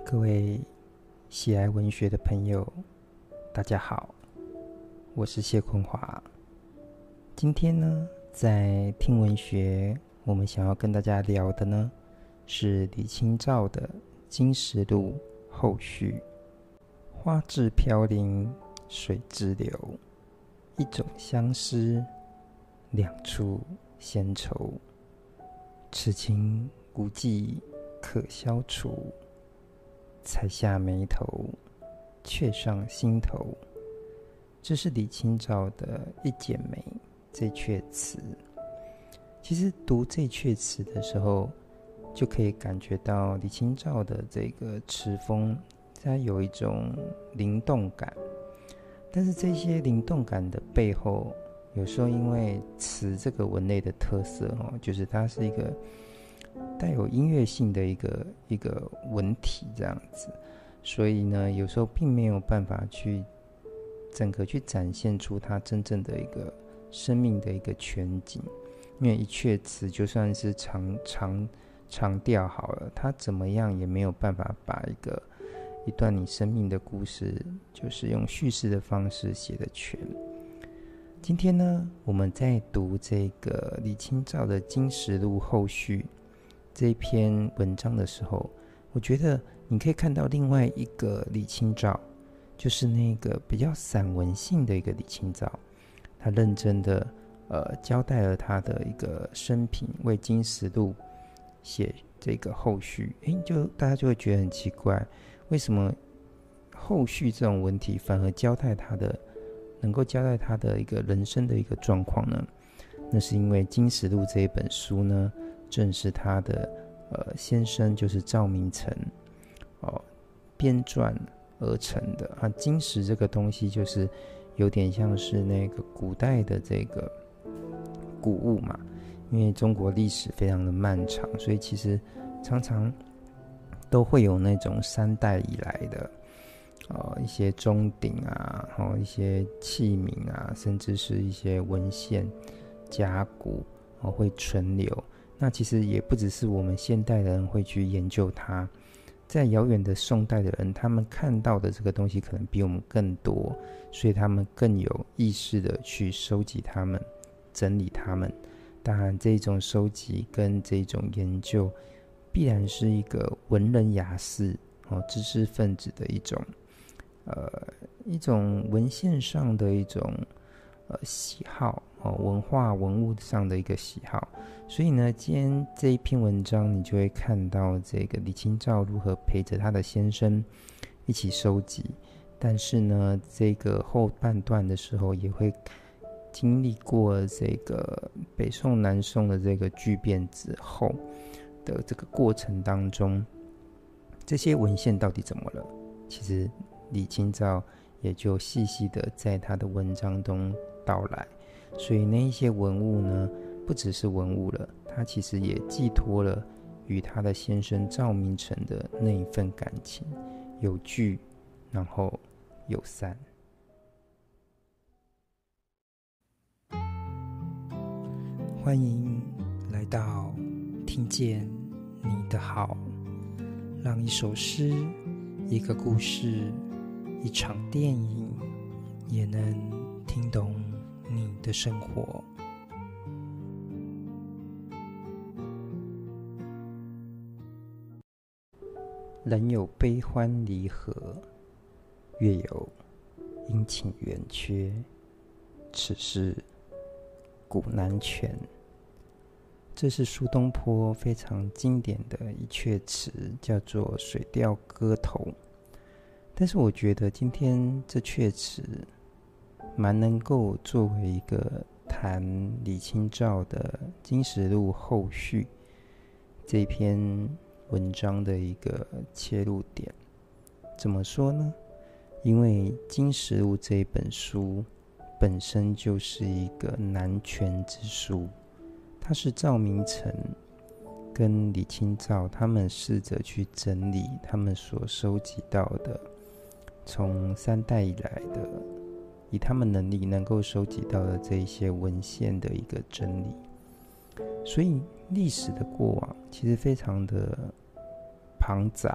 各位喜爱文学的朋友，大家好，我是谢坤华。今天呢，在听文学，我们想要跟大家聊的呢，是李清照的《金石录》后续。花自飘零水自流，一种相思，两处闲愁。此情无计可消除，才下眉头，却上心头。这是李清照的《一剪梅》这阙词。其实读这阙词的时候，就可以感觉到李清照的这个词风，它有一种灵动感。但是这些灵动感的背后，有时候因为词这个文类的特色，就是它是一个带有音乐性的一个文体这样子，所以呢，有时候并没有办法去整个去展现出它真正的一个生命的一个全景。因为一阙词就算是长调好了，它怎么样也没有办法把一段你生命的故事，就是用叙事的方式写得全。今天呢，我们在读这个李清照的《金石录》后续这一篇文章的时候，我觉得你可以看到另外一个李清照，就是那个比较散文性的一个李清照。他认真的交代了他的一个生平，为《金石录》写这个后续。大家就会觉得很奇怪，为什么后续这种文体反而能够交代他的一个人生的一个状况呢？那是因为《金石录》这一本书呢，正是他的先生，就是赵明诚编撰而成的。金石这个东西就是有点像是那个古代的这个古物嘛，因为中国历史非常的漫长，所以其实常常都会有那种3代以来的一些钟鼎啊，一些器皿啊，甚至是一些文献甲骨会存留。那其实也不只是我们现代人会去研究它，在遥远的宋代的人，他们看到的这个东西可能比我们更多，所以他们更有意识的去收集它们，整理它们。当然这种收集跟这种研究必然是一个文人雅士知识分子的一种文献上的一种喜好，文化文物上的一个喜好。所以呢，今天这一篇文章你就会看到这个李清照如何陪着她的先生一起收集，但是呢，这个后半段的时候也会经历过这个北宋南宋的这个巨变之后的这个过程当中，这些文献到底怎么了？其实李清照也就细细的在他的文章中道来。所以那一些文物呢，不只是文物了，他其实也寄托了与他的先生赵明诚的那一份感情，有聚，然后有散。欢迎来到听见你的好，让一首诗、一个故事、一场电影也能听懂你的生活。人有悲欢离合，月有阴晴圆缺，此事古难全。这是苏东坡非常经典的一阙词，叫做《水调歌头》。但是我觉得今天这阙词蛮能够作为一个谈李清照的《金石录》后续这篇文章的一个切入点。怎么说呢？因为《金石录》这一本书本身就是一个男权之书，它是赵明诚跟李清照他们试着去整理他们所收集到的，从3代以来的，以他们能力能够收集到的这一些文献的一个整理。所以历史的过往其实非常的庞杂，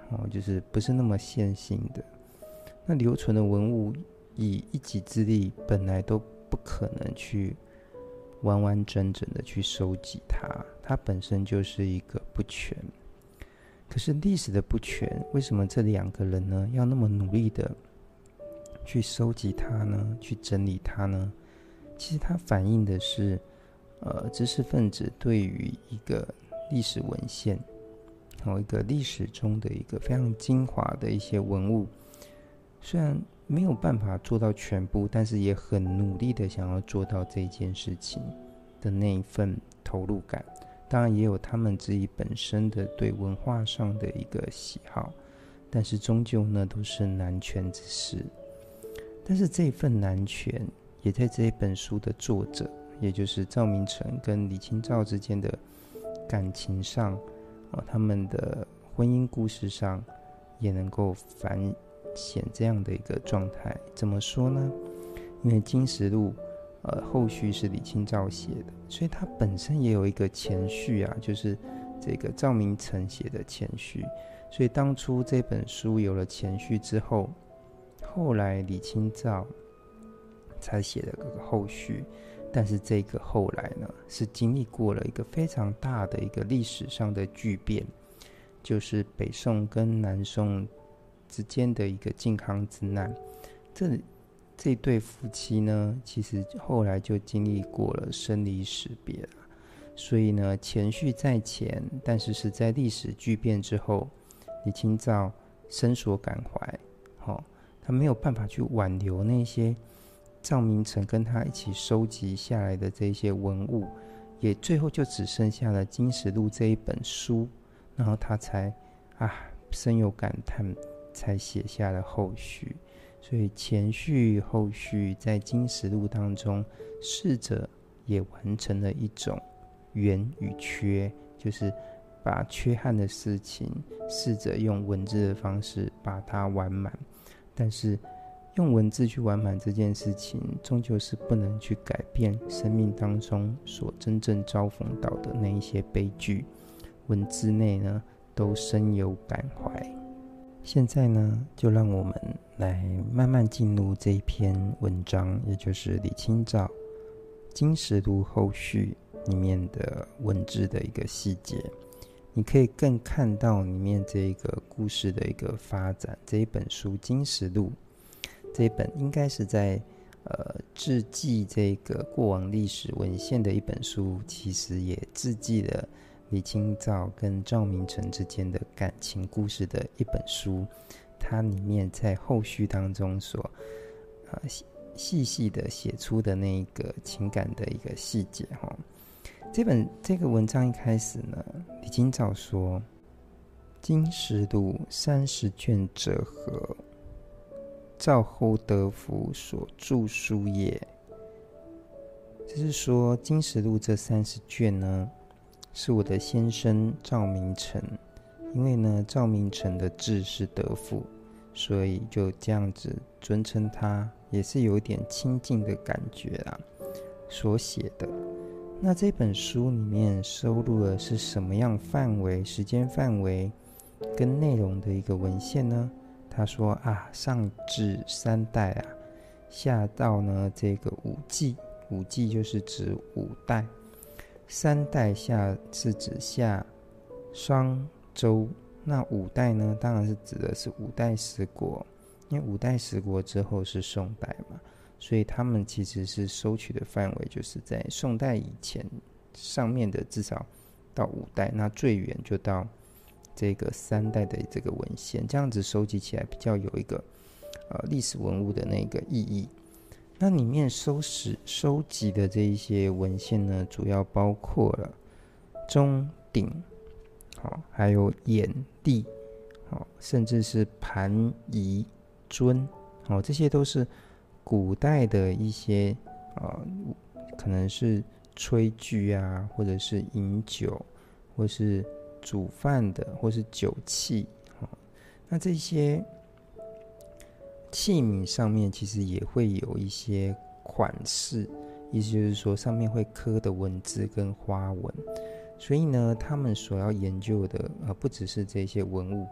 就是不是那么线性的。那留存的文物以一己之力本来都不可能去完完整整的去收集它，它本身就是一个不全。可是历史的不全，为什么这2个人呢要那么努力的去收集它呢？去整理它呢？其实它反映的是知识分子对于一个历史文献，一个历史中的一个非常精华的一些文物，虽然没有办法做到全部，但是也很努力的想要做到这件事情的那一份投入感。当然也有他们自己本身的对文化上的一个喜好，但是终究呢都是男权之事。但是这份男权也在这一本书的作者，也就是赵明诚跟李清照之间的感情上，他们的婚姻故事上也能够反显这样的一个状态。怎么说呢？因为《金石录》后续是李清照写的，所以它本身也有一个前序啊，就是这个赵明诚写的前序。所以当初这本书有了前序之后，后来李清照才写了个后续。但是这个后来呢，是经历过了一个非常大的一个历史上的巨变，就是北宋跟南宋之间的一个靖康之难。这对夫妻呢，其实后来就经历过了生离死别了。所以呢，前序在前，但是是在历史巨变之后，李清照深所感怀，他没有办法去挽留那些赵明诚跟他一起收集下来的这些文物，也最后就只剩下了《金石录》这一本书，然后他才深有感叹，才写下了后续。所以前序后续在《金石录》当中，试着也完成了一种圆与缺，就是把缺憾的事情试着用文字的方式把它完满。但是用文字去完满这件事情，终究是不能去改变生命当中所真正遭逢到的那一些悲剧，文字内呢都深有感怀。现在呢，就让我们来慢慢进入这一篇文章，也就是李清照《金石录》后续里面的文字的一个细节，你可以更看到里面这一个故事的一个发展。这一本书《金石录》这一本应该是在致记这个过往历史文献的一本书，其实也致记了李清照跟赵明诚之间的感情故事的一本书。它里面在后续当中所细细的写出的那一个情感的一个细节。这个文章一开始呢，李清照说：“金石录30卷者何？赵后得福所著书也。”就是说，《金石录》这30卷呢，是我的先生赵明诚，因为呢赵明诚的字是德福，所以就这样子尊称他，也是有点亲近的感觉啦。所写的那这本书里面收录的是什么样范围、时间范围跟内容的一个文献呢？他说上至3代下到呢这个5纪，5纪就是指5代。3代下是指夏、商、周，那5代呢，当然是指的是5代十国，因为5代十国之后是宋代嘛，所以他们其实是收取的范围就是在宋代以前上面的至少到5代，那最远就到这个3代的这个文献，这样子收集起来比较有一个历史文物的那个意义。那里面收集的这一些文献呢，主要包括了钟鼎，还有眼地，甚至是盘仪尊，这些都是古代的一些可能是炊具啊，或者是饮酒，或是煮饭的，或是酒器。那这些器皿上面其实也会有一些款式，意思就是说上面会刻的文字跟花纹。所以呢，他们所要研究的不只是这些文物，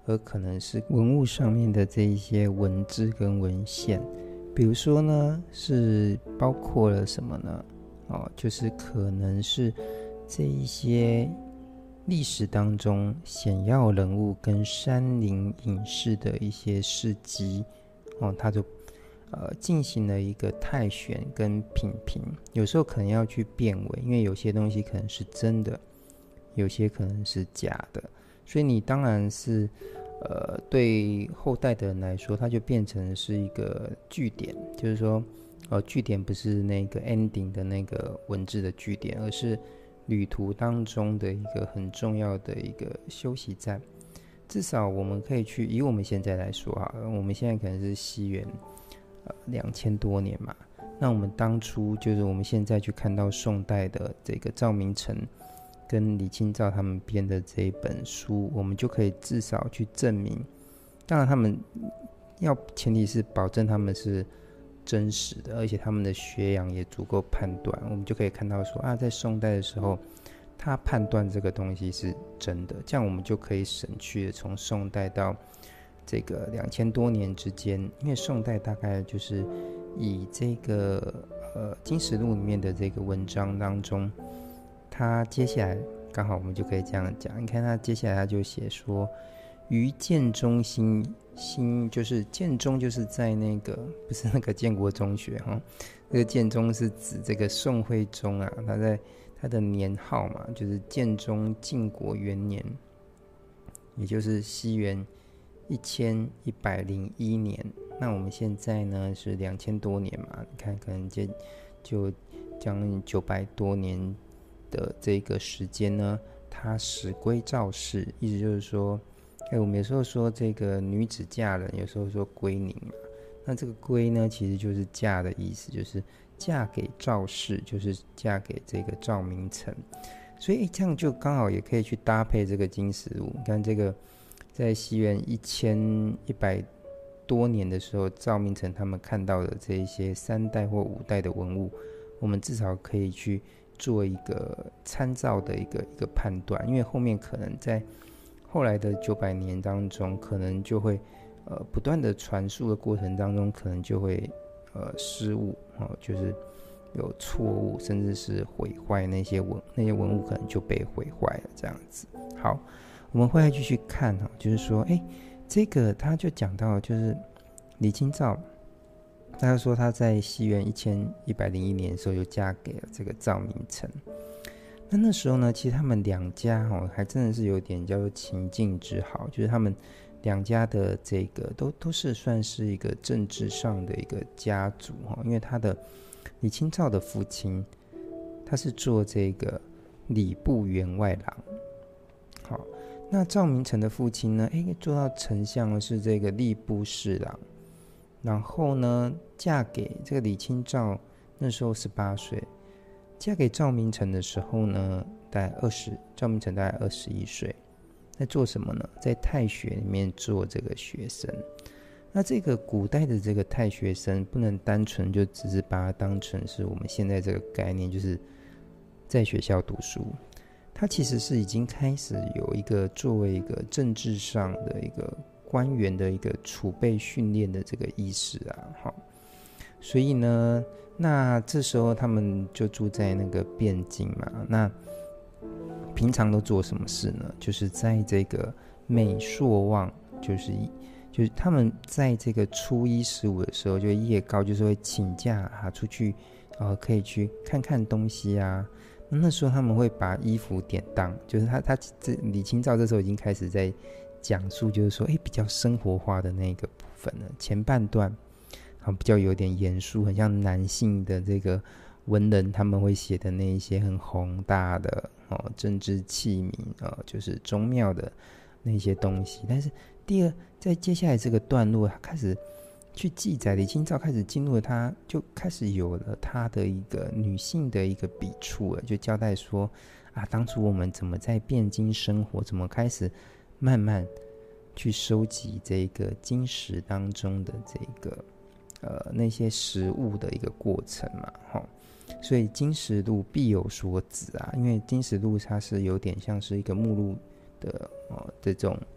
而可能是文物上面的这一些文字跟文献。比如说呢，是包括了什么呢？就是可能是这一些历史当中显要人物跟山林隐士的一些事迹，他就进行了一个泰选跟品评，有时候可能要去辨伪，因为有些东西可能是真的，有些可能是假的，所以你当然是对后代的人来说，它就变成是一个句点，就是说句点不是那个 ending 的那个文字的句点，而是旅途当中的一个很重要的一个休息站。至少我们可以去，以我们现在来说我们现在可能是西元2000多年嘛，那我们当初就是我们现在去看到宋代的这个赵明诚跟李清照他们编的这一本书，我们就可以至少去证明，当然他们前提是保证他们是真实的，而且他们的学养也足够判断，我们就可以看到说在宋代的时候他判断这个东西是真的，这样我们就可以省去从宋代到这个2000多年之间，因为宋代大概就是以这个金石录里面的这个文章当中，他接下来刚好我们就可以这样讲，你看他接下来他就写说，于建中兴，就是建中就是在那个不是那个建国中学这个建中是指这个宋徽宗他在他的年号嘛，就是建中靖国元年，也就是西元1101年。那我们现在呢是2000多年嘛，你看可能就将近900多年的这个时间呢，他使归赵氏，意思就是说我们有时候说这个女子嫁人，有时候说归宁嘛，那这个归呢其实就是嫁的意思，就是嫁给赵氏，就是嫁给这个赵明诚，所以这样就刚好也可以去搭配这个金石录。你看这个在西元1100多年的时候，赵明诚他们看到的这一些3代或5代的文物，我们至少可以去做一个参照的一个判断，因为后面可能在后来的900年当中，可能就会不断的传述的过程当中，可能就会失误就是有错误，甚至是毁坏那些文物可能就被毁坏了这样子。好，我们会继续看就是说这个他就讲到，就是李清照他就说他在西元1101年的时候就嫁给了这个赵明诚。那时候呢，其实他们两家还真的是有点叫做情境之好，就是他们两家的这个都是算是一个政治上的一个家族因为他的李清照的父亲他是做这个礼部员外郎，好，那赵明诚的父亲呢做到丞相是这个吏部侍郎，然后呢嫁给这个李清照，那时候18岁，嫁给赵明诚的时候呢大概赵明诚大概21岁，在做什么呢？在太学里面做这个学生。那这个古代的这个太学生不能单纯就只是把它当成是我们现在这个概念，就是在学校读书，他其实是已经开始有一个作为一个政治上的一个官员的一个储备训练的这个意识所以呢，那这时候他们就住在那个汴京嘛，那平常都做什么事呢？就是在这个每朔望，就是他们在这个初一15的时候，就夜告，就是会请假出去可以去看看东西那时候他们会把衣服典当，就是李清照这时候已经开始在讲述，就是说比较生活化的那个部分了。前半段比较有点严肃，很像男性的这个文人他们会写的那一些很宏大的政治器皿就是宗庙的那些东西。但是在接下来这个段落，他开始去记载，李清照开始进入了，他就开始有了他的一个女性的一个笔触了，就交代说当初我们怎么在汴京生活，怎么开始慢慢去收集这个金石当中的这个那些食物的一个过程嘛所以金石录必有所指因为金石录它是有点像是一个目录的这种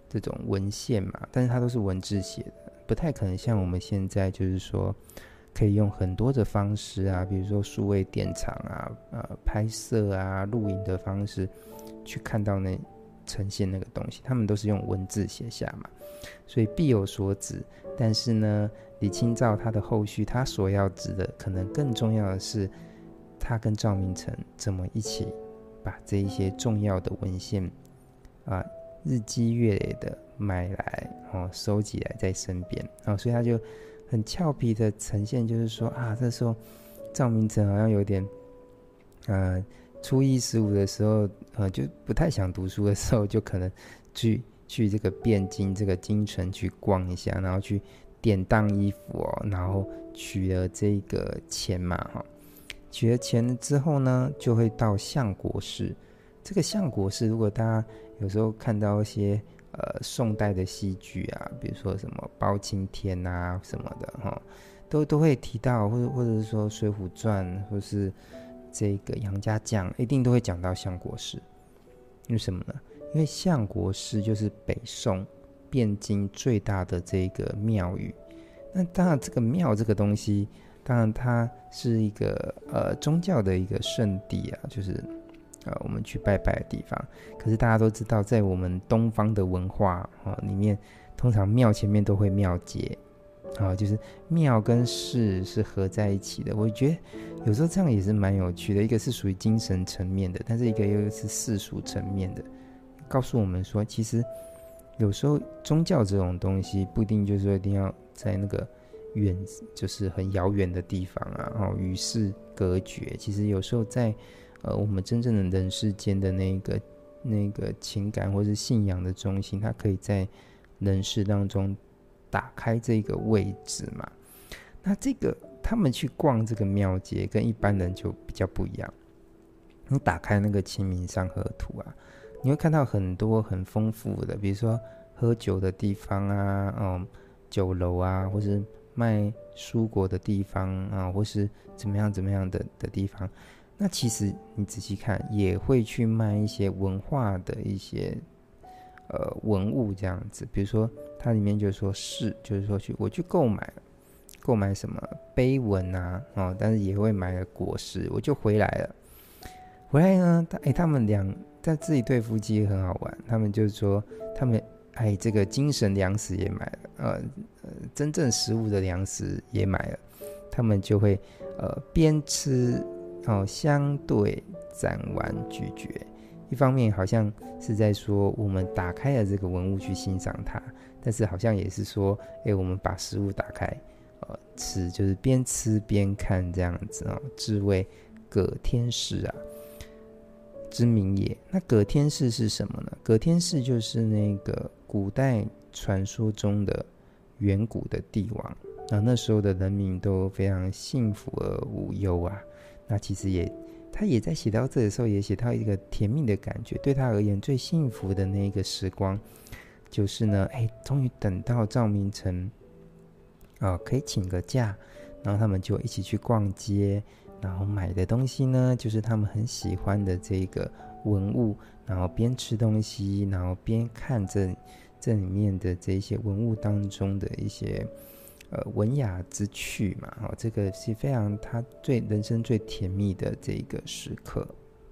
这种文献嘛，但是它都是文字写的，不太可能像我们现在就是说可以用很多的方式啊，比如说数位典藏啊、拍摄啊、录影的方式去看到呈现那个东西，他们都是用文字写下嘛，所以必有所指。但是呢，李清照他的后续，他所要指的可能更重要的是，他跟赵明诚怎么一起把这一些重要的文献日积月累的买来收集来在身边所以他就很俏皮的呈现，就是说这时候赵明诚好像有点初一十五的时候就不太想读书的时候，就可能去这个汴京这个京城去逛一下，然后去典当衣服然后取了这个钱嘛取了钱之后呢，就会到相国寺。这个相国寺，如果大家有时候看到一些宋代的戏剧啊，比如说什么包青天啊什么的都会提到，或者是说水浒传，或是这个杨家将，一定都会讲到相国寺。为什么呢？因为相国寺就是北宋汴京最大的这个庙宇。那当然这个庙这个东西，当然它是一个宗教的一个圣地啊，就是我们去拜拜的地方。可是大家都知道，在我们东方的文化里面，通常庙前面都会庙街就是庙跟寺是合在一起的。我觉得有时候这样也是蛮有趣的，一个是属于精神层面的，但是一个又是世俗层面的，告诉我们说，其实有时候宗教这种东西不一定就是说一定要在那个远，就是很遥远的地方与世隔绝。其实有时候在我们真正的人世间的那个情感或是信仰的中心，它可以在人世当中打开这个位置嘛。那这个他们去逛这个庙街跟一般人就比较不一样。你打开那个清明上河图你会看到很多很丰富的，比如说喝酒的地方酒楼或是卖蔬果的地方或是怎么样的地方。那其实你仔细看，也会去卖一些文化的一些文物这样子。比如说它里面就说就是说我去购买什么碑文但是也会买了果实，我就回来了。回来呢，他们但这一对夫妻也很好玩，他们就说他们这个精神粮食也买了，真正食物的粮食也买了，他们就会边吃相对展玩咀嚼。一方面好像是在说我们打开了这个文物去欣赏它，但是好像也是说我们把食物打开吃，就是边吃边看这样子智慧葛天氏之名也。那葛天氏是什么呢？葛天氏就是那个古代传说中的远古的帝王那时候的人民都非常幸福而无忧那其实他也在写到这的时候也写到一个甜蜜的感觉。对他而言最幸福的那个时光就是呢终于等到赵明诚可以请个假，然后他们就一起去逛街，然后买的东西呢就是他们很喜欢的这个文物，然后边吃东西然后边看这里面的这些文物当中的一些文雅之趣嘛这个是非常他人生最甜蜜的这个时刻。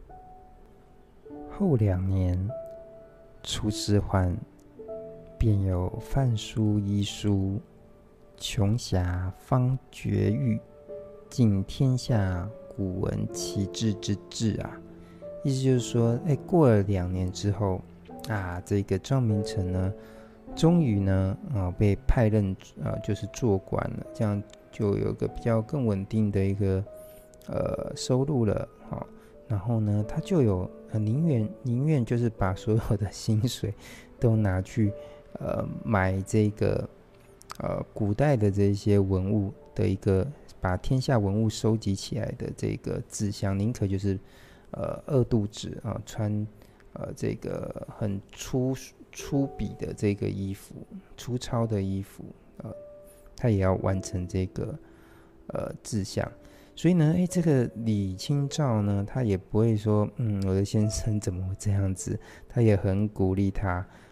后2年出师还，便有范书医书，穷暇方绝域，尽天下古文奇志之志意思就是说过了2年之后这个赵明诚呢终于呢被派任就是做官了，这样就有个比较更稳定的一个收入了然后呢他就有宁愿就是把所有的薪水都拿去买这个古代的这些文物的一个把天下文物收集起来的这个志向，宁可就是饿肚子穿这个很粗鄙的这个衣服，粗糙的衣服他也要完成这个志向。所以呢这个李清照呢他也不会说我的先生怎么会这样子，他也很鼓励他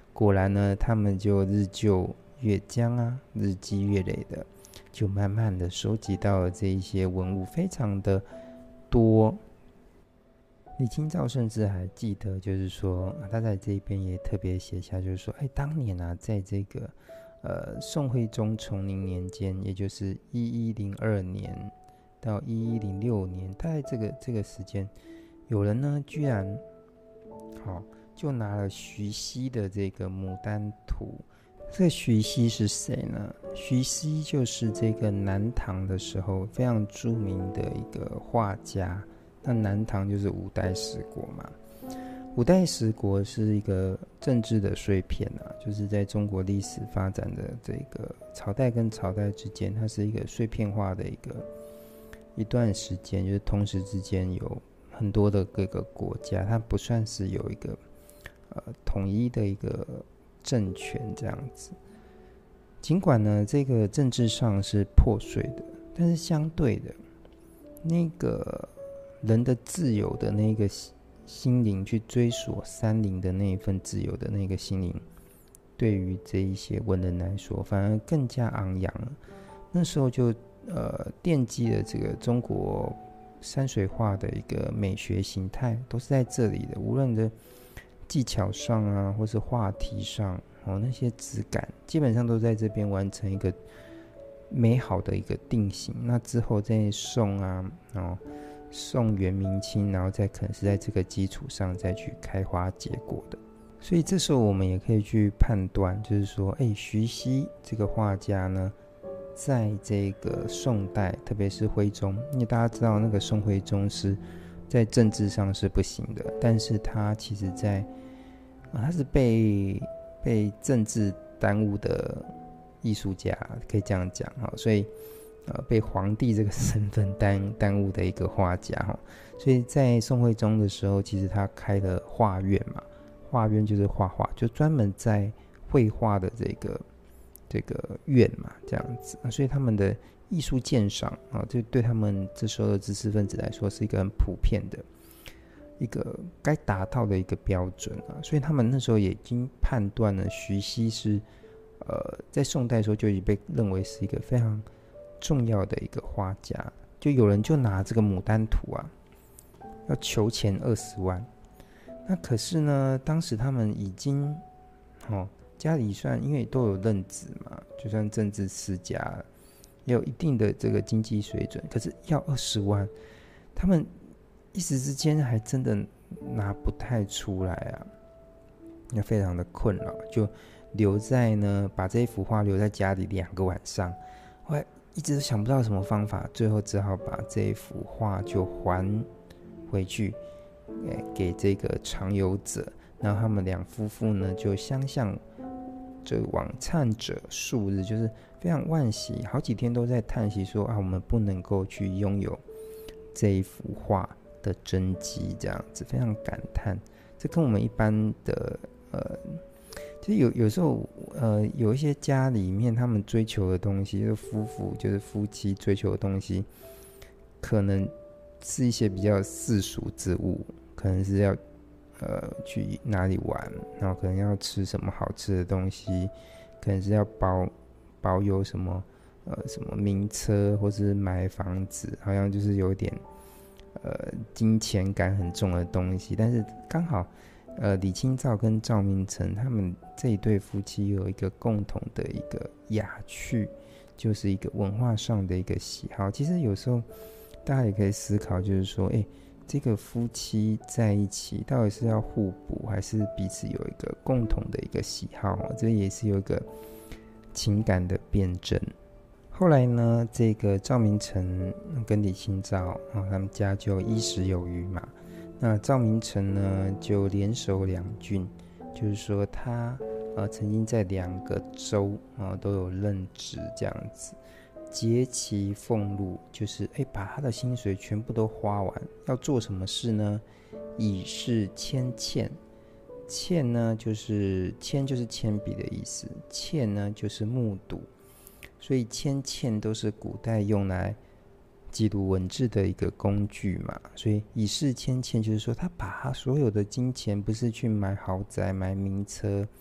果然呢，他们就日就月将啊，日积月累的，就慢慢的收集到了这一些文物，非常的多。李清照甚至还记得，就是说，他在这边也特别写下，就是说，当年啊，在这个宋徽宗崇宁年间，也就是1102年到1106年，大概这个时间，有人呢居然就拿了徐熙的这个牡丹图。这个徐熙是谁呢？徐熙就是这个南唐的时候非常著名的一个画家。那南唐就是五代十国嘛，五代十国是一个政治的碎片啊，就是在中国历史发展的这个朝代跟朝代之间，它是一个碎片化的一段时间，就是同时之间有很多的各个国家，它不算是有一个统一的一个政权这样子。尽管呢这个政治上是破碎的，但是相对的那个人的自由的那个心灵，去追索山林的那一份自由的那个心灵，对于这一些文人来说反而更加昂扬了。那时候就奠基了这个中国山水画的一个美学形态，都是在这里的。无论的技巧上啊，或是画题上那些质感基本上都在这边完成一个美好的一个定型。那之后在宋啊宋元明清，然后再可能是在这个基础上再去开花结果的。所以这时候我们也可以去判断，就是说徐熙这个画家呢，在这个宋代，特别是徽宗，因为大家知道那个宋徽宗是在政治上是不行的，但是他其实他是被政治耽误的艺术家，可以这样讲。所以被皇帝这个身份耽误的一个画家。所以在宋徽宗的时候，其实他开了画院嘛，画院就是画画，就专门在绘画的这个院嘛，这样子。所以他们的艺术鉴赏就对他们这时候的知识分子来说是一个很普遍的一个该达到的一个标准所以他们那时候也已经判断了徐熙是在宋代的时候就已经被认为是一个非常重要的一个画家。就有人就拿这个牡丹图要求钱20万。那可是呢，当时他们已经家里算因为都有任职嘛，就算政治世家了，也有一定的这个经济水准，可是要20万，他们一时之间还真的拿不太出来那非常的困扰，就留在呢，把这一幅画留在家里2个晚上，后来一直都想不到什么方法，最后只好把这一幅画就还回去给这个常有者。然后他们两夫妇呢就相向就往忏者数日，就是非常惋惜，好几天都在叹息说我们不能够去拥有这一幅画的真迹，这样子非常感叹。这跟我们一般的就是有时候有一些家里面他们追求的东西，就是夫妻追求的东西，可能是一些比较世俗之物，可能是要去哪里玩，然后可能要吃什么好吃的东西，可能是要保有什么名车，或是买房子，好像就是有点金钱感很重的东西。但是刚好李清照跟赵明诚他们这一对夫妻有一个共同的一个雅趣，就是一个文化上的一个喜好。其实有时候大家也可以思考，就是说这个夫妻在一起到底是要互补，还是彼此有一个共同的一个喜好，这也是有一个情感的辩证。后来呢，这个赵明诚跟李清照他们家就衣食有余嘛。那赵明诚呢就联手2郡，就是说他曾经在2个州都有任职这样子。结其俸禄，就是把他的薪水全部都花完，要做什么事呢？以示铅笺。笺呢就是铅就是铅笔的意思，笺呢就是木牍，所以铅笺都是古代用来记录文字的一个工具嘛。所以以示铅笺就是说他把他所有的金钱不是去买豪宅买名车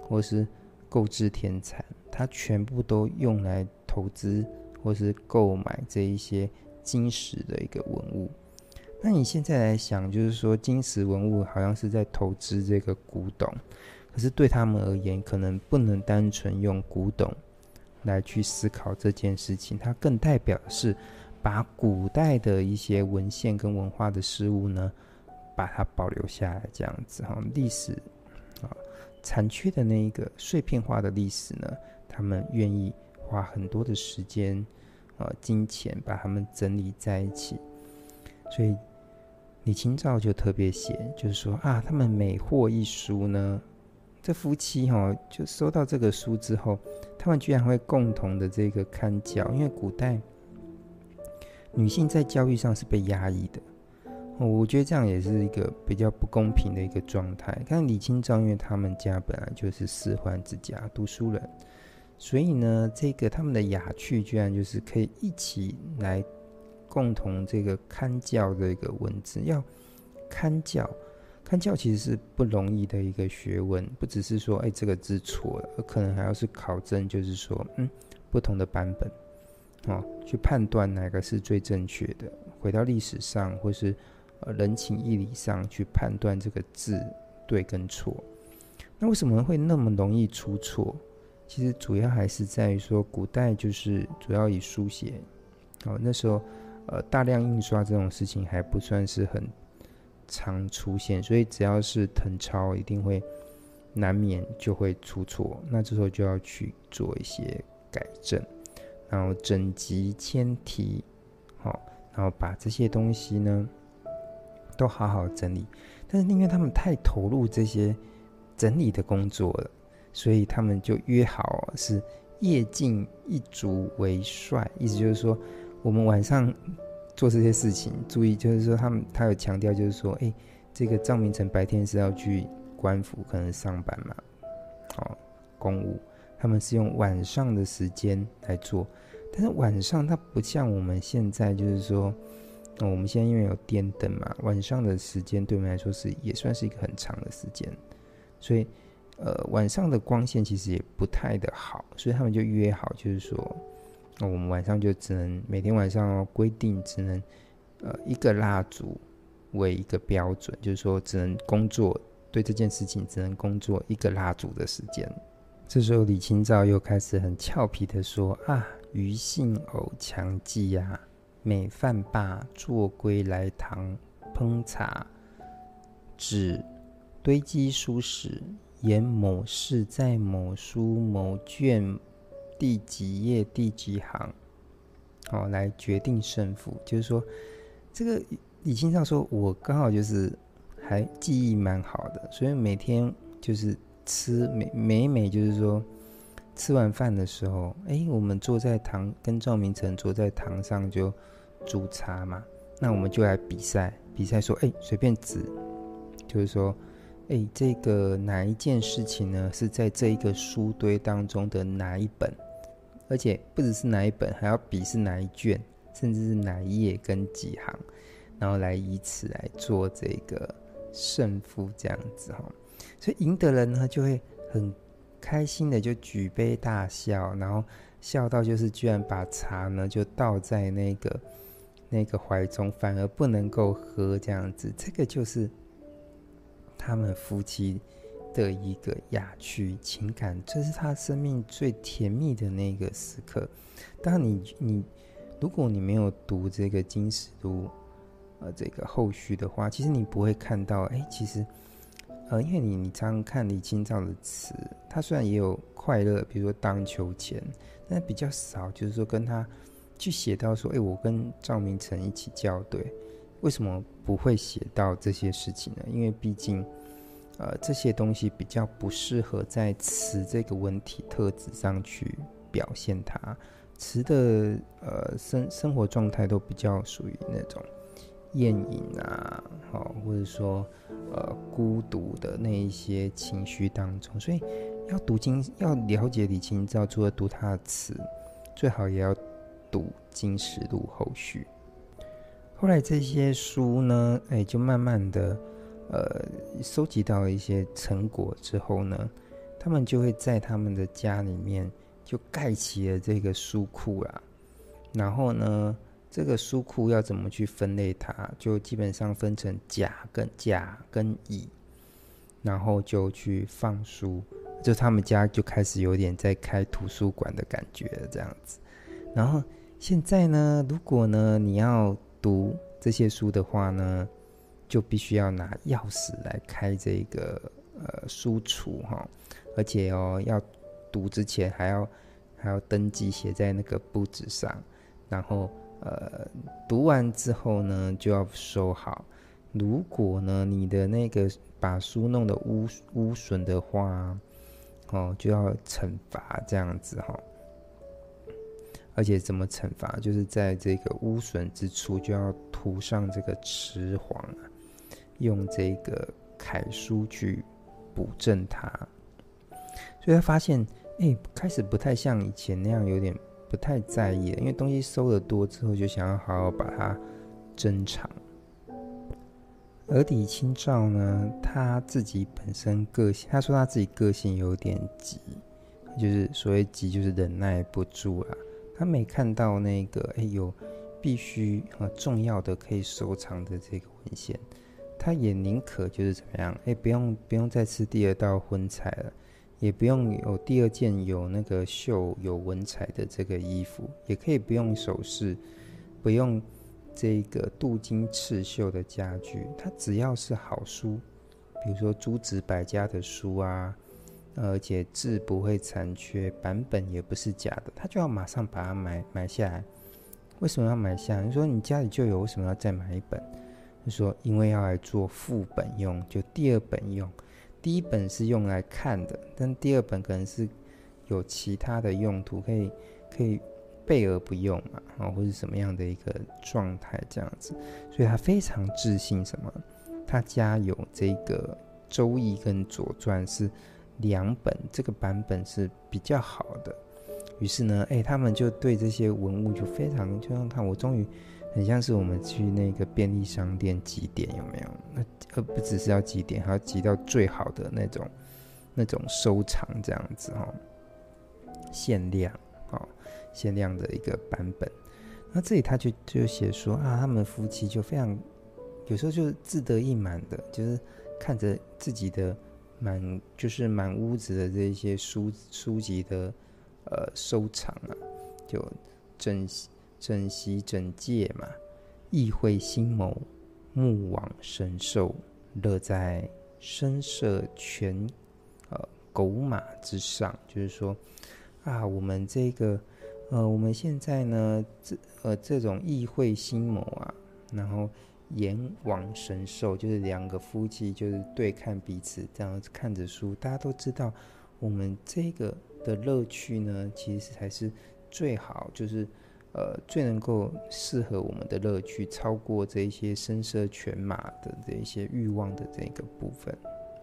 或是购置田产，它全部都用来投资或是购买这一些金石的一个文物。那你现在来想，就是说金石文物好像是在投资这个古董，可是对他们而言，可能不能单纯用古董来去思考这件事情，它更代表的是把古代的一些文献跟文化的事物呢，把它保留下来，这样子哈。历史残缺的那一个碎片化的历史呢，他们愿意花很多的时间金钱把它们整理在一起。所以李清照就特别写，就是说他们每获一书呢，这夫妻就收到这个书之后，他们居然会共同的这个看教，因为古代女性在教育上是被压抑的，我觉得这样也是一个比较不公平的一个状态。看李清照，因为他们家本来就是四宦之家，读书人，所以呢，这个他们的雅趣居然就是可以一起来共同这个看教的一个文字。要看教其实是不容易的一个学问，不只是说这个字错了，可能还要是考证，就是说不同的版本去判断哪个是最正确的，回到历史上或是人情义理上去判断这个字对跟错。那为什么会那么容易出错？其实主要还是在于说，古代就是主要以书写，那时候大量印刷这种事情还不算是很常出现，所以只要是誊抄，一定会难免就会出错。那这时候就要去做一些改正，然后整集迁题，然后把这些东西呢都好好整理。但是因为他们太投入这些整理的工作了，所以他们就约好是夜尽一烛为帅，意思就是说我们晚上做这些事情，注意就是说他有强调，就是说这个赵明诚白天是要去官府可能上班嘛，公务，他们是用晚上的时间来做。但是晚上它不像我们现在，就是说我们现在因为有电灯嘛，晚上的时间对我们来说也算是一个很长的时间，所以晚上的光线其实也不太的好，所以他们就约好，就是说我们晚上就只能每天晚上规定只能一个蜡烛为一个标准，就是说只能工作，对这件事情只能工作一个蜡烛的时间。这时候李清照又开始很俏皮的说余兴偶强记每饭罢坐归来堂烹茶，只堆积书史，言某事在某书某卷第几页第几行来决定胜负。就是说这个李清照说，我刚好就是还记忆蛮好的，所以每天就是吃每就是说吃完饭的时候我们坐在跟赵明诚坐在堂上就煮茶嘛，那我们就来比赛说随便指，就是说这个哪一件事情呢是在这一个书堆当中的哪一本，而且不只是哪一本，还要比是哪一卷，甚至是哪一页跟几行，然后来以此来做这个胜负这样子所以赢的人呢就会很开心的就举杯大笑，然后笑到就是居然把茶呢就倒在那个怀中，反而不能够喝这样子。这个就是他们夫妻的一个雅趣情感，这是他生命最甜蜜的那个时刻。当然如果你没有读这个金石录这个后续的话，其实你不会看到其实因为你常常看李清照的词，他虽然也有快乐，比如说荡秋千，但比较少就是说跟他去写到说我跟赵明诚一起校对。为什么不会写到这些事情呢？因为毕竟这些东西比较不适合在词这个文体特质上去表现它。词的生活状态都比较属于那种厌饮或者说孤独的那一些情绪当中，所以要了解李清照，除了读他的词，最好也要读金石录后续。后来这些书呢就慢慢的收集到一些成果之后呢， 他们就会在他们的家里面就盖起了这个书库啦。然后呢，这个书库要怎么去分类它，就基本上分成甲跟乙，然后就去放书，就他们家就开始有点在开图书馆的感觉了这样子。然后现在呢，如果呢你要读这些书的话呢，就必须要拿钥匙来开这个书橱哈，而且要读之前还要登记写在那个簿子上，然后读完之后呢就要收好。如果呢你的那个把书弄得污损的话，就要惩罚这样子哈。而且怎么惩罚，就是在这个污损之处就要涂上这个瓷黄用这个楷书去补正它。所以他发现开始不太像以前那样有点不太在意了，因为东西收得多之后就想要好好把它珍藏。而李清照呢，他自己本身个性，他说他自己个性有点急，就是所谓急就是忍耐不住啦。他没看到那个有必须重要的可以收藏的这个文献，他也宁可就是怎么样不用再吃第二道荤菜了，也不用有第二件有那个绣有文彩的这个衣服，也可以不用首饰，不用这个镀金刺绣的家具，它只要是好书，比如说诸子百家的书啊，而且字不会残缺，版本也不是假的，他就要马上把它买下来。为什么要买下来？你说你家里就有，为什么要再买一本？就说因为要来做副本用，就第二本用。第一本是用来看的，但第二本可能是有其他的用途，可以备而不用嘛，或是什么样的一个状态这样子。所以他非常自信什么？他家有这个《周易》跟《左传》是两本，这个版本是比较好的。于是呢，他们就对这些文物就非常，就像看我终于很像是我们去那个便利商店集点，有没有？那不只是要集点，还要集到最好的那种收藏这样子限量的一个版本。那这里他就写说他们夫妻就非常有时候就自得意满的，就是看着自己的满屋子的这些书籍的收藏就整席整戒嘛，意会心谋，目往神兽，乐在声色犬狗马之上。就是说我们这个我们现在呢这种意会心谋然后眼往神兽，就是两个夫妻就是对看彼此，这样看着书，大家都知道我们这个的乐趣呢，其实才是最好，就是最能够适合我们的乐趣，超过这一些声色犬马的这一些欲望的这个部分。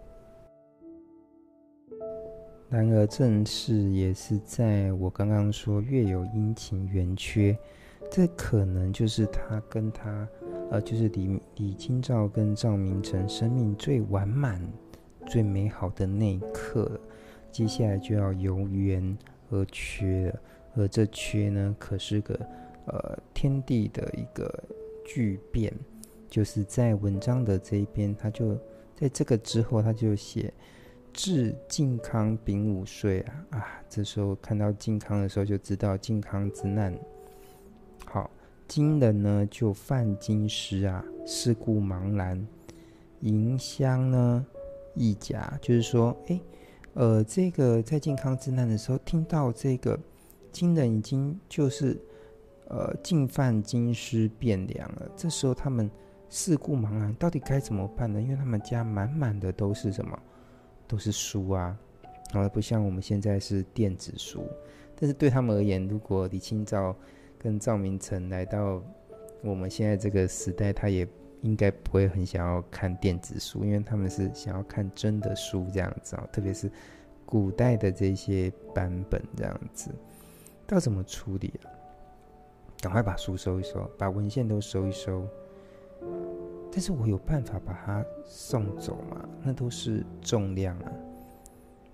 然而正是也是在我刚刚说月有阴晴圆缺，这可能就是他跟他就是李清照跟赵明诚生命最完满最美好的那一刻了。接下来就要由圆而缺了，而这缺呢可是个天地的一个巨变。就是在文章的这一边，他就在这个之后他就写至靖康丙午岁这时候看到靖康的时候就知道靖康之难。好，今人呢就犯京师事故茫然，迎香呢易甲，就是说这个在靖康之难的时候，听到这个金人已经就是进犯京师汴梁了，这时候他们事故茫然，到底该怎么办呢？因为他们家满满的都是什么？都是书不像我们现在是电子书。但是对他们而言，如果李清照跟赵明诚来到我们现在这个时代，他也应该不会很想要看电子书，因为他们是想要看真的书这样子特别是古代的这些版本这样子。要怎么处理赶快把书收一收，把文献都收一收。但是我有办法把它送走吗？那都是重量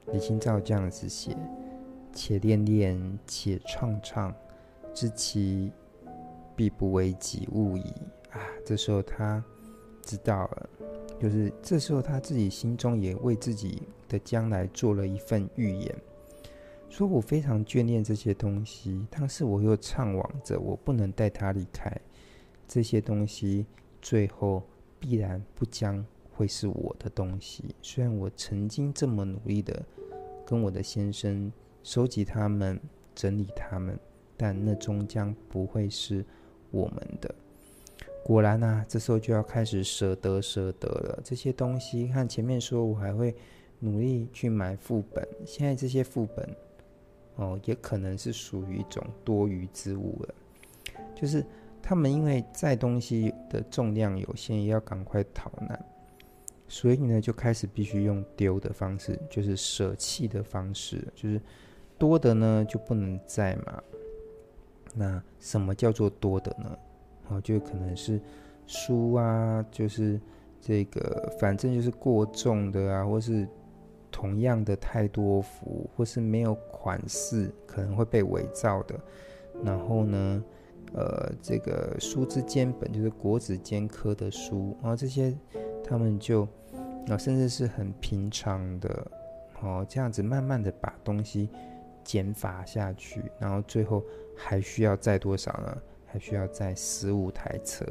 李清照这样子写：且恋恋，且怆怆，知其必不为己物矣。这时候他知道了，就是这时候他自己心中也为自己的将来做了一份预言，说我非常眷恋这些东西，但是我又怅惘着我不能带他离开这些东西，最后必然不将会是我的东西。虽然我曾经这么努力的跟我的先生收集它们，整理它们，但那终将不会是我们的。果然啊，这时候就要开始舍得了。这些东西，看前面说我还会努力去买副本，现在这些副本也可能是属于一种多余之物了。就是他们因为载东西的重量有限，也要赶快逃难，所以呢就开始必须用丢的方式，就是舍弃的方式，就是多的呢就不能载嘛。那什么叫做多的呢？就可能是书啊，就是这个反正就是过重的啊，或是同样的太多幅，或是没有款式可能会被伪造的。然后呢这个书之兼本，就是国子监科的书，然后这些他们就甚至是很平常的这样子慢慢的把东西减法下去，然后最后还需要载多少呢？还需要载15台车，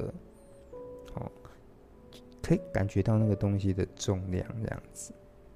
可以感觉到那个东西的重量这样子。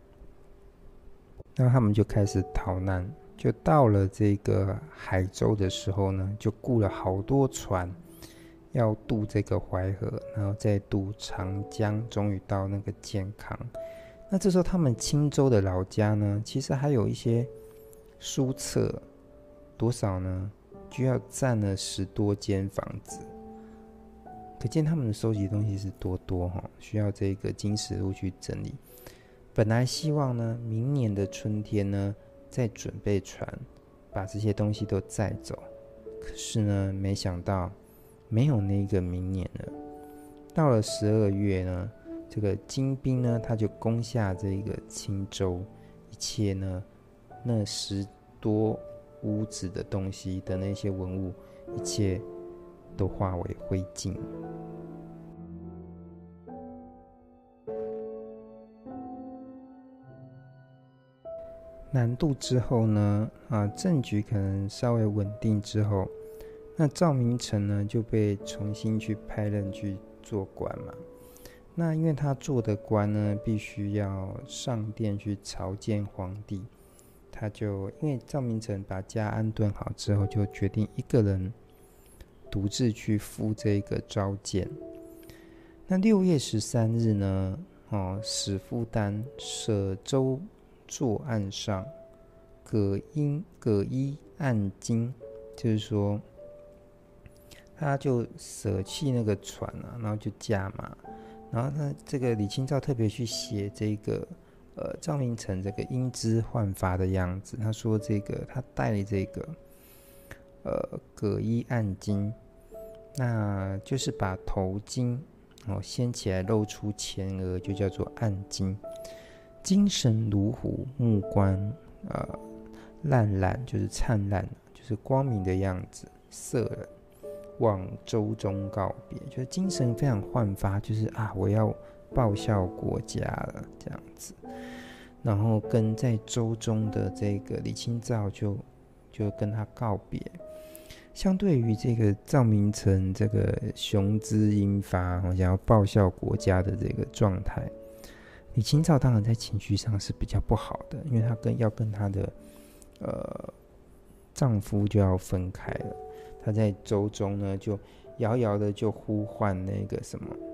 那他们就开始逃难，就到了这个海州的时候呢，就雇了好多船要渡这个淮河，然后再渡长江，终于到那个建康。那这时候他们青州的老家呢，其实还有一些书册，多少呢？就要占了10多间房子，可见他们的收集东西是多需要这个金石路去整理。本来希望呢，明年的春天呢，再准备船把这些东西都载走，可是呢，没想到没有那个明年了。到了12月呢，这个金兵呢，他就攻下这个青州，一切呢，那10多屋子的东西的那些文物，一切都化为灰烬。南渡之后呢，政局可能稍微稳定之后，那赵明诚呢就被重新去派任去做官嘛。那因为他做的官呢，必须要上殿去朝见皇帝。他就因为赵明诚把家安顿好之后，就决定一个人独自去赴这个召见。那6月13日呢，史复旦舍舟坐岸上，葛衣按巾，就是说他就舍弃那个船啊，然后就驾马。然后呢，这个李清照特别去写这个赵明诚这个英姿焕发的样子。他说这个他戴这个葛衣按巾，那就是把头巾掀起来露出前额，就叫做按巾。精神如虎，目光烂烂，就是灿烂，就是光明的样子，色人往舟中告别，就是精神非常焕发，就是我要报效国家了这样子。然后跟在舟中的这个李清照就跟他告别。相对于这个赵明诚这个雄姿英发想要报效国家的这个状态，李清照当然在情绪上是比较不好的，因为她要跟她的丈夫就要分开了。她在舟中呢，就遥遥的就呼唤那个什么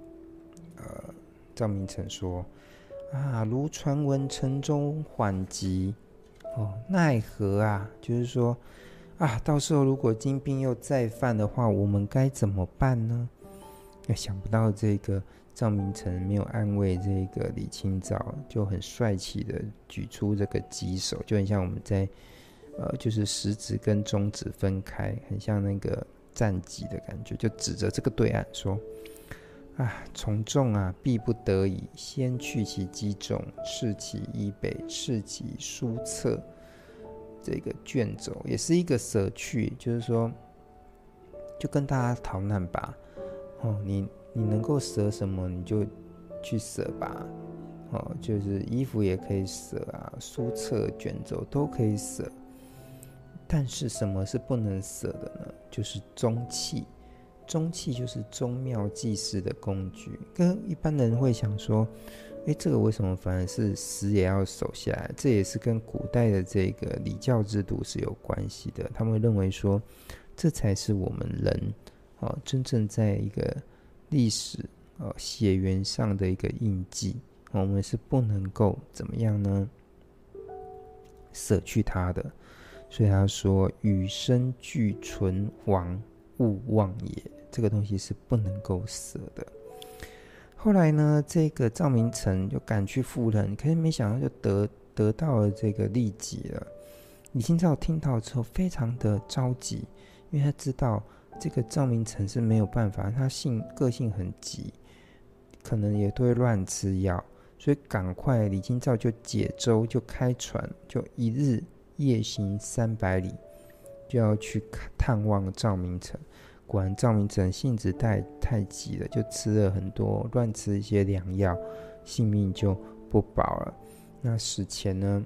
赵明诚说如传闻城中缓急奈何啊，就是说到时候如果金兵又再犯的话，我们该怎么办呢？想不到这个赵明诚没有安慰这个李清照，就很帅气的举出这个棘手，就很像我们在就是食指跟中指分开，很像那个战戟的感觉，就指着这个对岸说从众必不得已，先去其机种，斥其衣北，斥其书册。这个卷轴也是一个舍去，就是说，就跟大家逃难吧。你能够舍什么，你就去舍吧。就是衣服也可以舍书册、卷轴都可以舍。但是什么是不能舍的呢？就是宗器。宗器就是宗庙祭祀的工具。跟一般人会想说，这个为什么反而是死也要守下来？这也是跟古代的这个礼教制度是有关系的。他们会认为说，这才是我们人真正在一个历史血缘上的一个印记。我们是不能够怎么样呢？舍去它的。所以他说：“与生俱存亡，勿忘也。”这个东西是不能够舍的。后来呢，这个赵明诚就赶去赴任，可是没想到就得到了这个利己了。李清照听到之后非常的着急，因为他知道这个赵明诚是没有办法，他个性很急，可能也都会乱吃药，所以赶快李清照就解舟，就开船，就一日夜行300里，就要去探望赵明诚。果然赵明诚性子太急了，就吃了很多，乱吃一些良药，性命就不保了。那死前呢，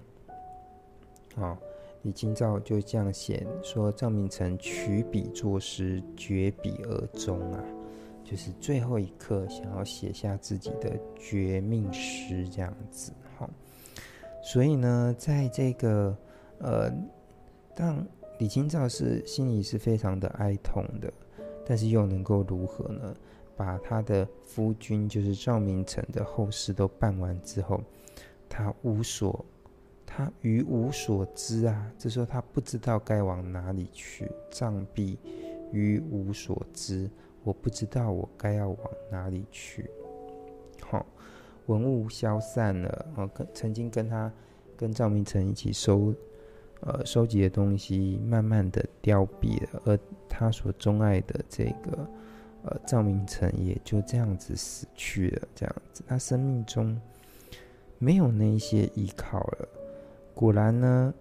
李清照就这样写说：赵明诚取笔作诗，绝笔而终就是最后一刻想要写下自己的绝命诗这样子。所以呢，在这个当李清照是心里是非常的哀痛的，但是又能够如何呢？把他的夫君就是赵明诚的后事都办完之后，他余无所知这时候他不知道该往哪里去。杖毙余无所知，我不知道我该要往哪里去。文物消散了，曾经跟赵明诚一起收集的东西慢慢的凋敝了，而他所钟爱的这个赵明诚也就这样子死去了。这样子，他生命中没有那些依靠了。果然呢，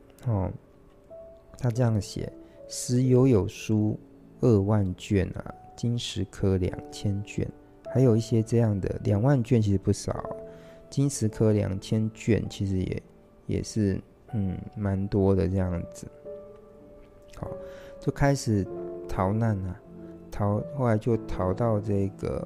他这样写：时有书2万卷金石刻2000卷。还有一些这样的2万卷其实不少，金石刻2000卷其实也是蛮多的这样子。就开始逃难后来就逃到这个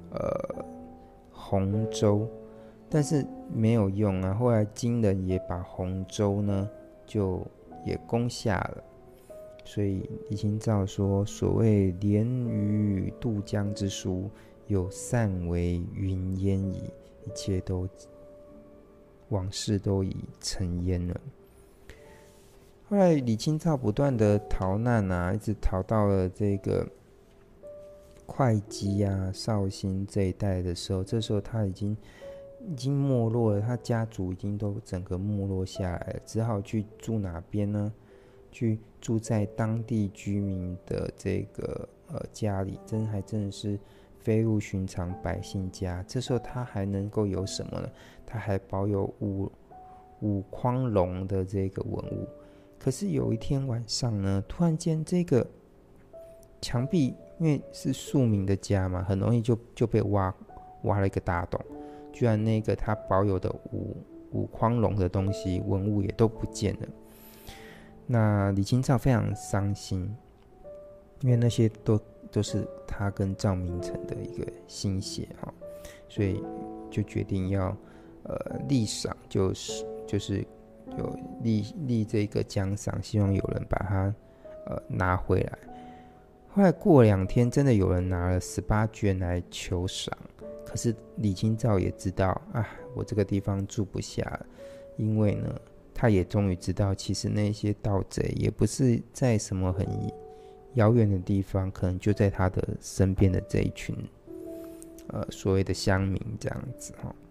洪州，但是没有用后来金人也把洪州呢就也攻下了。所以李清照说：所谓连于渡江之书，有散为云烟矣。一切都往事都已成烟了。后来李清照不断的逃难一直逃到了这个会稽绍兴这一带的时候，这时候他已经没落了，他家族已经都整个没落下来了，只好去住哪边呢？去住在当地居民的这个家里，还真的是飞入寻常百姓家。这时候他还能够有什么呢？他还保有五匡龙的这个文物。可是有一天晚上呢，突然间这个墙壁，因为是庶民的家嘛，很容易就被挖了一个大洞，居然那个他保有的五匡龙的东西文物也都不见了。那李清照非常伤心，因为那些都是他跟赵明诚的一个心血所以就决定要立赏，就是有立这个奖赏，希望有人把它拿回来。后来过2天，真的有人拿了18卷来求赏，可是李清照也知道我这个地方住不下了，因为呢，他也终于知道，其实那些盗贼也不是在什么很遥远的地方，可能就在他的身边的这一群所谓的乡民这样子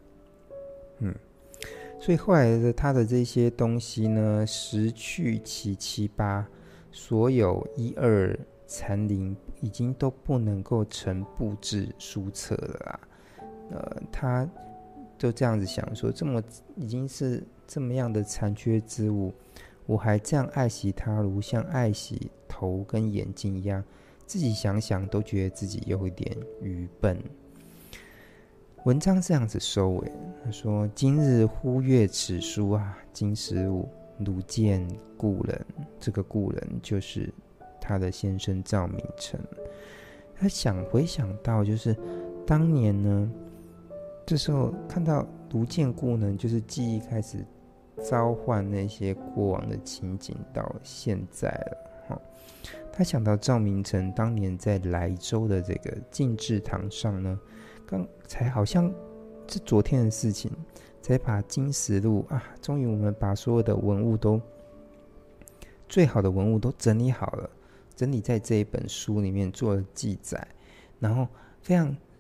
所以后来他的这些东西呢，十去其七八，所有1、2 残陵已经都不能够成布置书册了啦。他就这样子想说，已经是这么样的残缺之物，我还这样爱惜它，如像爱惜头跟眼睛一样，自己想想都觉得自己有一点愚笨。文章这样子收尾，他说：今日忽阅此书啊，经时午，如见故人。这个故人就是他的先生赵明诚。他回想到，就是当年呢，这时候看到如见故人，就是记忆开始召唤那些过往的情景到现在了。他想到赵明诚当年在莱州的这个进制堂上呢，才好像是昨天的事情，才把金石录啊，终于我们把所有的文物最好的文物都整理好了，整理在这一本书里面做了记载，然后非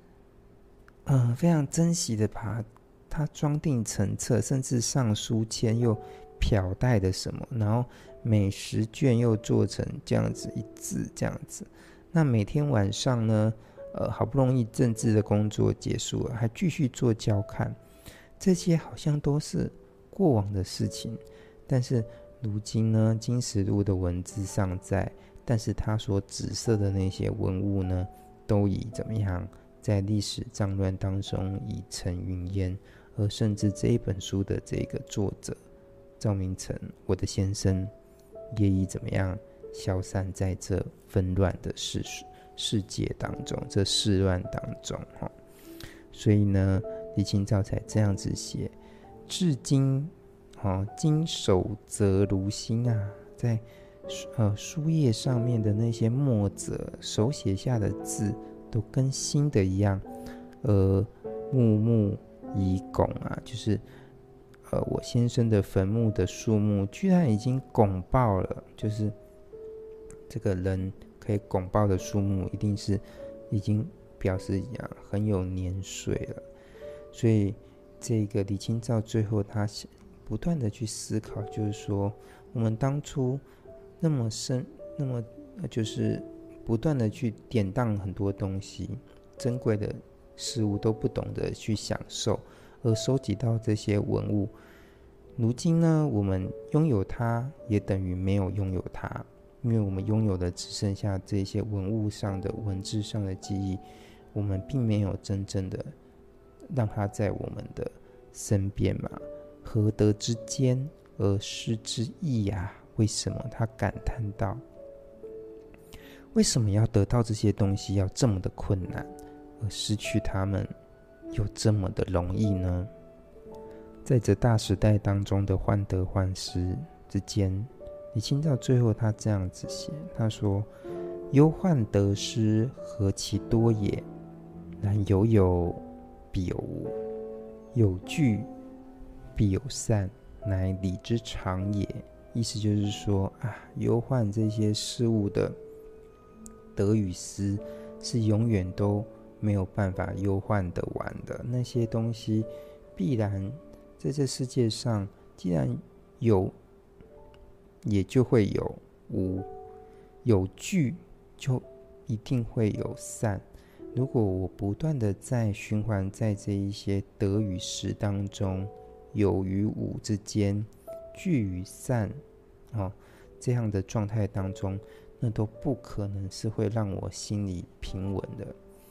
常珍惜的把它装订成册，甚至上书签又漂带的什么，然后每10卷又做成这样子一字这样子。那每天晚上呢，好不容易政治的工作结束了，还继续做校看，这些好像都是过往的事情，但是如今呢，金石录的文字尚在，但是他所指涉的那些文物呢，都已怎么样，在历史脏乱当中已成云烟，而甚至这一本书的这个作者赵明诚，我的先生，也已怎么样消散在这纷乱的世界当中，这世乱当中。所以呢，李清照才这样子写，至今今手则如新啊，在书页上面的那些墨者手写下的字都跟新的一样，木木已拱啊，就是我先生的坟墓的树木居然已经拱爆了，就是这个人可以拱爆的树木，一定是已经表示很有年岁了。所以这个李清照最后他不断的去思考，就是说我们当初那么就是不断的去典当很多东西，珍贵的事物都不懂得去享受，而收集到这些文物，如今呢，我们拥有它也等于没有拥有它，因为我们拥有的只剩下这些文物上的文字上的记忆，我们并没有真正的让它在我们的身边嘛。何得之间而失之易呀？为什么他感叹道，为什么要得到这些东西要这么的困难，而失去它们又这么的容易呢？在这大时代当中的患得患失之间，李清照最后他这样子写，他说：忧患得失何其多也，然有必有无，有聚必有散，乃理之常也。意思就是说忧患这些事物的得与失是永远都没有办法忧患得完的，那些东西必然在这世界上，既然有也就会有无，有聚就一定会有散。如果我不断的在循环在这一些得与失当中，有与无之间，聚与散这样的状态当中，那都不可能是会让我心里平稳的。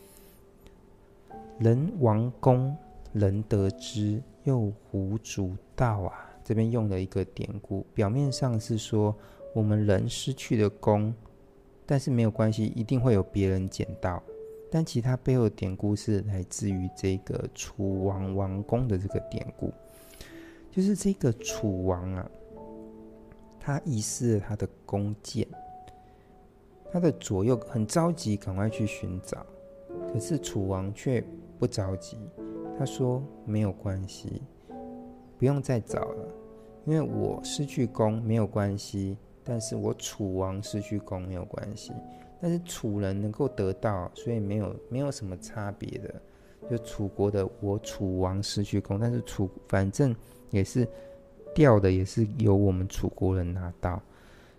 人亡功，人得之，又胡足道啊。这边用了一个典故，表面上是说我们人失去了功，但是没有关系，一定会有别人捡到。但其他背后的典故是来自于这个楚王王功的这个典故，就是这个楚王啊，他遗失了他的弓箭，他的左右很着急，赶快去寻找。可是楚王却不着急，他说没有关系，不用再找了，因为我失去弓没有关系，但是我楚王失去弓没有关系，但是楚人能够得到，所以没有什么差别的。就楚国的我楚王失去弓，但是反正也是掉的，也是由我们楚国人拿到。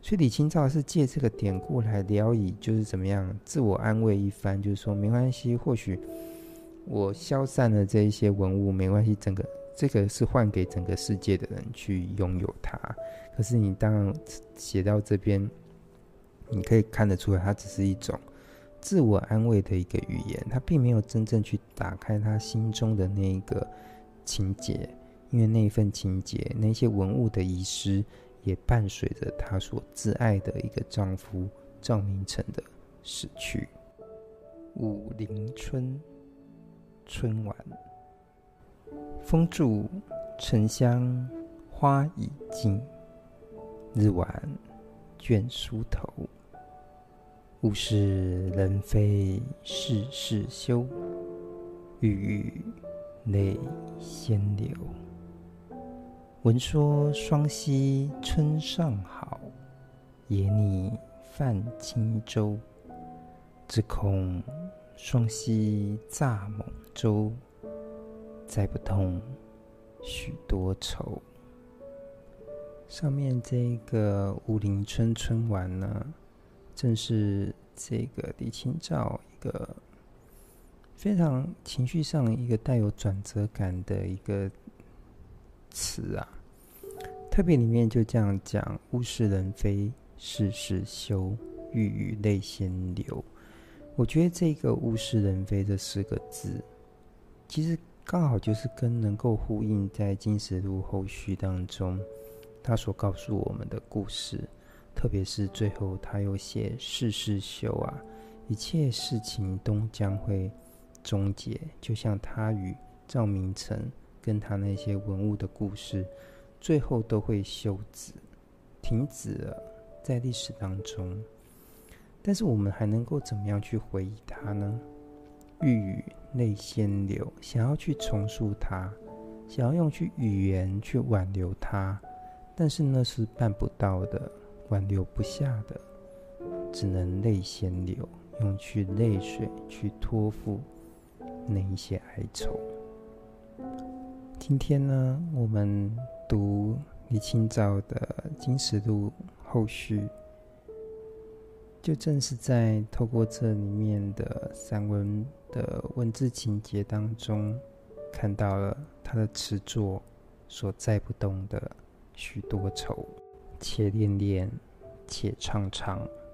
所以李清照是借这个典故来聊以就是怎么样自我安慰一番，就是说没关系，或许我消散了这一些文物没关系，这个是换给整个世界的人去拥有它。可是你当然写到这边，你可以看得出来，它只是一种自我安慰的一个语言，它并没有真正去打开他心中的那一个情节，因为那一份情节，那些文物的遗失，也伴随着她所挚爱的一个丈夫赵明诚的死去。武陵春，春晚。风住沉香花已尽，日晚倦梳头。物是人非事事休，欲语泪先流。闻说双溪春尚好，野拟泛轻舟。只恐双溪蚱蜢舟，载不动许多愁。上面这个武陵春春晚呢，正是这个李清照一个非常情绪上一个带有转折感的一个词啊。特别里面就这样讲：物是人非事事休，欲语泪先流。我觉得这个物是人非这4个字，其实刚好就是跟能够呼应在金石录后续当中他所告诉我们的故事。特别是最后他又写事事休啊，一切事情都将会终结，就像他与赵明诚跟他那些文物的故事，最后都会休止，停止了在历史当中。但是我们还能够怎么样去回忆它呢？欲语泪先流，想要去重塑它，想要用去语言去挽留它，但是那是办不到的，挽留不下的，只能泪先流，用去泪水去托付那一些哀愁。今天呢，我们读李清照的《金石录》后续，就正是在透过这里面的散文的文字情节当中，看到了他的词作所载不动的许多愁。且恋恋，且怆怆，